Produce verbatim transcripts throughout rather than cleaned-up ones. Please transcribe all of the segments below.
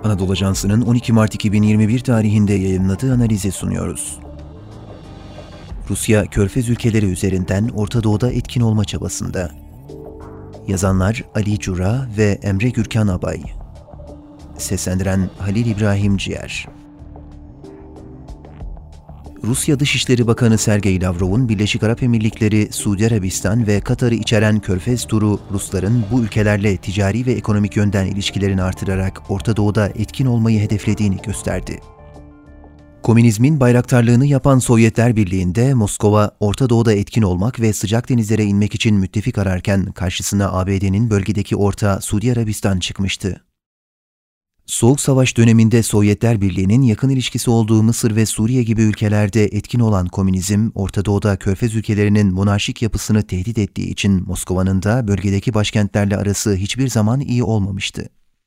Anadolu Ajansı'nın on iki Mart iki bin yirmi bir tarihinde yayınladığı analizi sunuyoruz. Rusya, Körfez ülkeleri üzerinden Orta Doğu'da etkin olma çabasında. Yazanlar Ali Cura ve Emre Gürkan Abay. Seslendiren Halil İbrahim Ciğer. Rusya Dışişleri Bakanı Sergey Lavrov'un Birleşik Arap Emirlikleri, Suudi Arabistan ve Katar'ı içeren Körfez turu, Rusların bu ülkelerle ticari ve ekonomik yönden ilişkilerini artırarak Orta Doğu'da etkin olmayı hedeflediğini gösterdi. Komünizmin bayraktarlığını yapan Sovyetler Birliği'nde Moskova, Orta Doğu'da etkin olmak ve sıcak denizlere inmek için müttefik ararken karşısına A B D'nin bölgedeki ortağı Suudi Arabistan çıkmıştı. Soğuk Savaş döneminde Sovyetler Birliği'nin yakın ilişkisi olduğu Mısır ve Suriye gibi ülkelerde etkin olan komünizm, Orta Doğu'da Körfez ülkelerinin monarşik yapısını tehdit ettiği için Moskova'nın da bölgedeki başkentlerle arası hiçbir zaman iyi olmamıştı.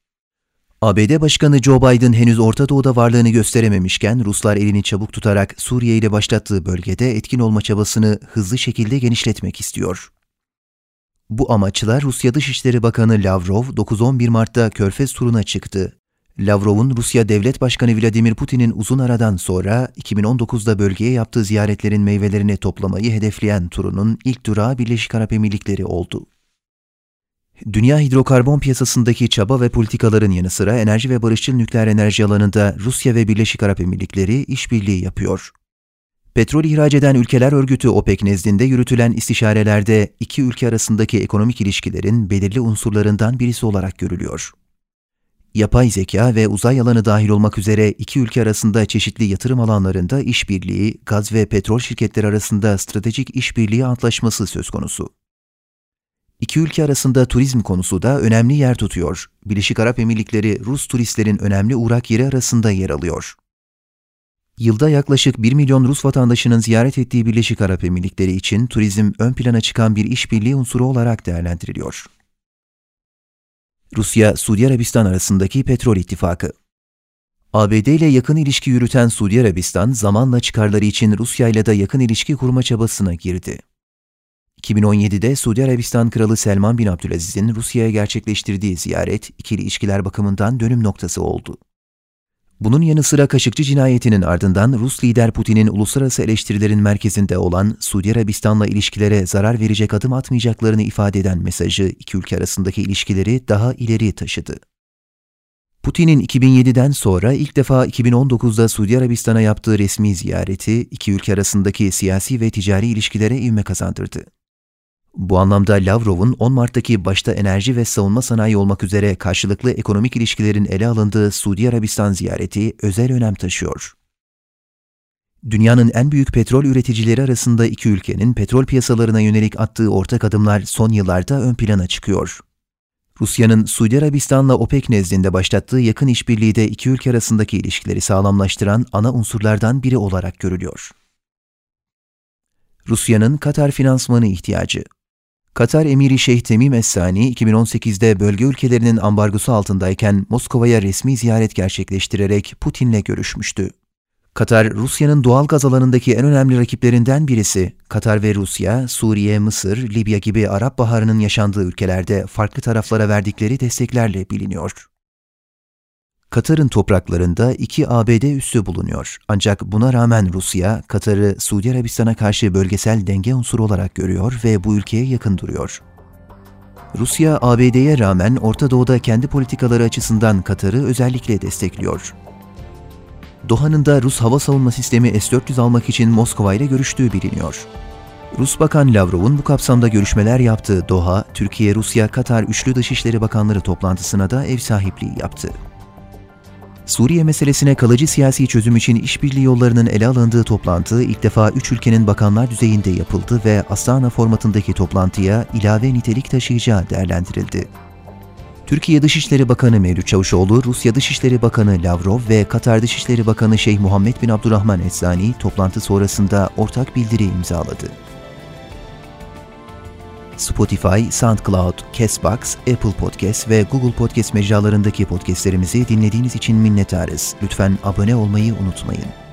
A B D Başkanı Joe Biden henüz Orta Doğu'da varlığını gösterememişken, Ruslar elini çabuk tutarak Suriye ile başlattığı bölgede etkin olma çabasını hızlı şekilde genişletmek istiyor. Bu amaçla Rusya Dışişleri Bakanı Lavrov dokuz on bir Mart'ta Körfez turuna çıktı. Lavrov'un Rusya Devlet Başkanı Vladimir Putin'in uzun aradan sonra iki bin on dokuzda bölgeye yaptığı ziyaretlerin meyvelerini toplamayı hedefleyen turunun ilk durağı Birleşik Arap Emirlikleri oldu. Dünya hidrokarbon piyasasındaki çaba ve politikaların yanı sıra enerji ve barışçıl nükleer enerji alanında Rusya ve Birleşik Arap Emirlikleri işbirliği yapıyor. Petrol ihraç eden ülkeler örgütü OPEC nezdinde yürütülen istişarelerde iki ülke arasındaki ekonomik ilişkilerin belirli unsurlarından birisi olarak görülüyor. Yapay zeka ve uzay alanı dahil olmak üzere iki ülke arasında çeşitli yatırım alanlarında işbirliği, gaz ve petrol şirketleri arasında stratejik işbirliği antlaşması söz konusu. İki ülke arasında turizm konusu da önemli yer tutuyor. Birleşik Arap Emirlikleri, Rus turistlerin önemli uğrak yeri arasında yer alıyor. Yılda yaklaşık bir milyon Rus vatandaşının ziyaret ettiği Birleşik Arap Emirlikleri için turizm ön plana çıkan bir işbirliği unsuru olarak değerlendiriliyor. Rusya-Suudi Arabistan arasındaki petrol ittifakı. A B D ile yakın ilişki yürüten Suudi Arabistan, zamanla çıkarları için Rusya ile de yakın ilişki kurma çabasına girdi. iki bin on yedide Suudi Arabistan Kralı Selman bin Abdülaziz'in Rusya'ya gerçekleştirdiği ziyaret, ikili ilişkiler bakımından dönüm noktası oldu. Bunun yanı sıra Kaşıkçı cinayetinin ardından Rus lider Putin'in uluslararası eleştirilerin merkezinde olan Suudi Arabistan'la ilişkilere zarar verecek adım atmayacaklarını ifade eden mesajı iki ülke arasındaki ilişkileri daha ileri taşıdı. Putin'in iki bin yediden sonra ilk defa iki bin on dokuzda Suudi Arabistan'a yaptığı resmi ziyareti iki ülke arasındaki siyasi ve ticari ilişkilere ivme kazandırdı. Bu anlamda Lavrov'un on Mart'taki başta enerji ve savunma sanayi olmak üzere karşılıklı ekonomik ilişkilerin ele alındığı Suudi Arabistan ziyareti özel önem taşıyor. Dünyanın en büyük petrol üreticileri arasında iki ülkenin petrol piyasalarına yönelik attığı ortak adımlar son yıllarda ön plana çıkıyor. Rusya'nın Suudi Arabistan'la OPEC nezdinde başlattığı yakın işbirliği de iki ülke arasındaki ilişkileri sağlamlaştıran ana unsurlardan biri olarak görülüyor. Rusya'nın Katar finansmanı ihtiyacı. Katar Emiri Şeyh Temim Es-Sani, iki bin on sekizde bölge ülkelerinin ambargosu altındayken Moskova'ya resmi ziyaret gerçekleştirerek Putin'le görüşmüştü. Katar, Rusya'nın doğal gaz alanındaki en önemli rakiplerinden birisi. Katar ve Rusya, Suriye, Mısır, Libya gibi Arap Baharı'nın yaşandığı ülkelerde farklı taraflara verdikleri desteklerle biliniyor. Katar'ın topraklarında iki A B D üssü bulunuyor. Ancak buna rağmen Rusya, Katar'ı Suudi Arabistan'a karşı bölgesel denge unsuru olarak görüyor ve bu ülkeye yakın duruyor. Rusya, A B D'ye rağmen Orta Doğu'da kendi politikaları açısından Katar'ı özellikle destekliyor. Doha'nın da Rus hava savunma sistemi S dört yüz almak için Moskova ile görüştüğü biliniyor. Rus Bakan Lavrov'un bu kapsamda görüşmeler yaptığı Doha, Türkiye-Rusya-Katar Üçlü Dışişleri Bakanları toplantısına da ev sahipliği yaptı. Suriye meselesine kalıcı siyasi çözüm için işbirliği yollarının ele alındığı toplantı ilk defa üç ülkenin bakanlar düzeyinde yapıldı ve Astana formatındaki toplantıya ilave nitelik taşıyacağı değerlendirildi. Türkiye Dışişleri Bakanı Mevlüt Çavuşoğlu, Rusya Dışişleri Bakanı Lavrov ve Katar Dışişleri Bakanı Şeyh Muhammed bin Abdurrahman Es-Sani toplantı sonrasında ortak bildiri imzaladı. Spotify, SoundCloud, Castbox, Apple Podcast ve Google Podcast mecralarındaki podcastlerimizi dinlediğiniz için minnettarız. Lütfen abone olmayı unutmayın.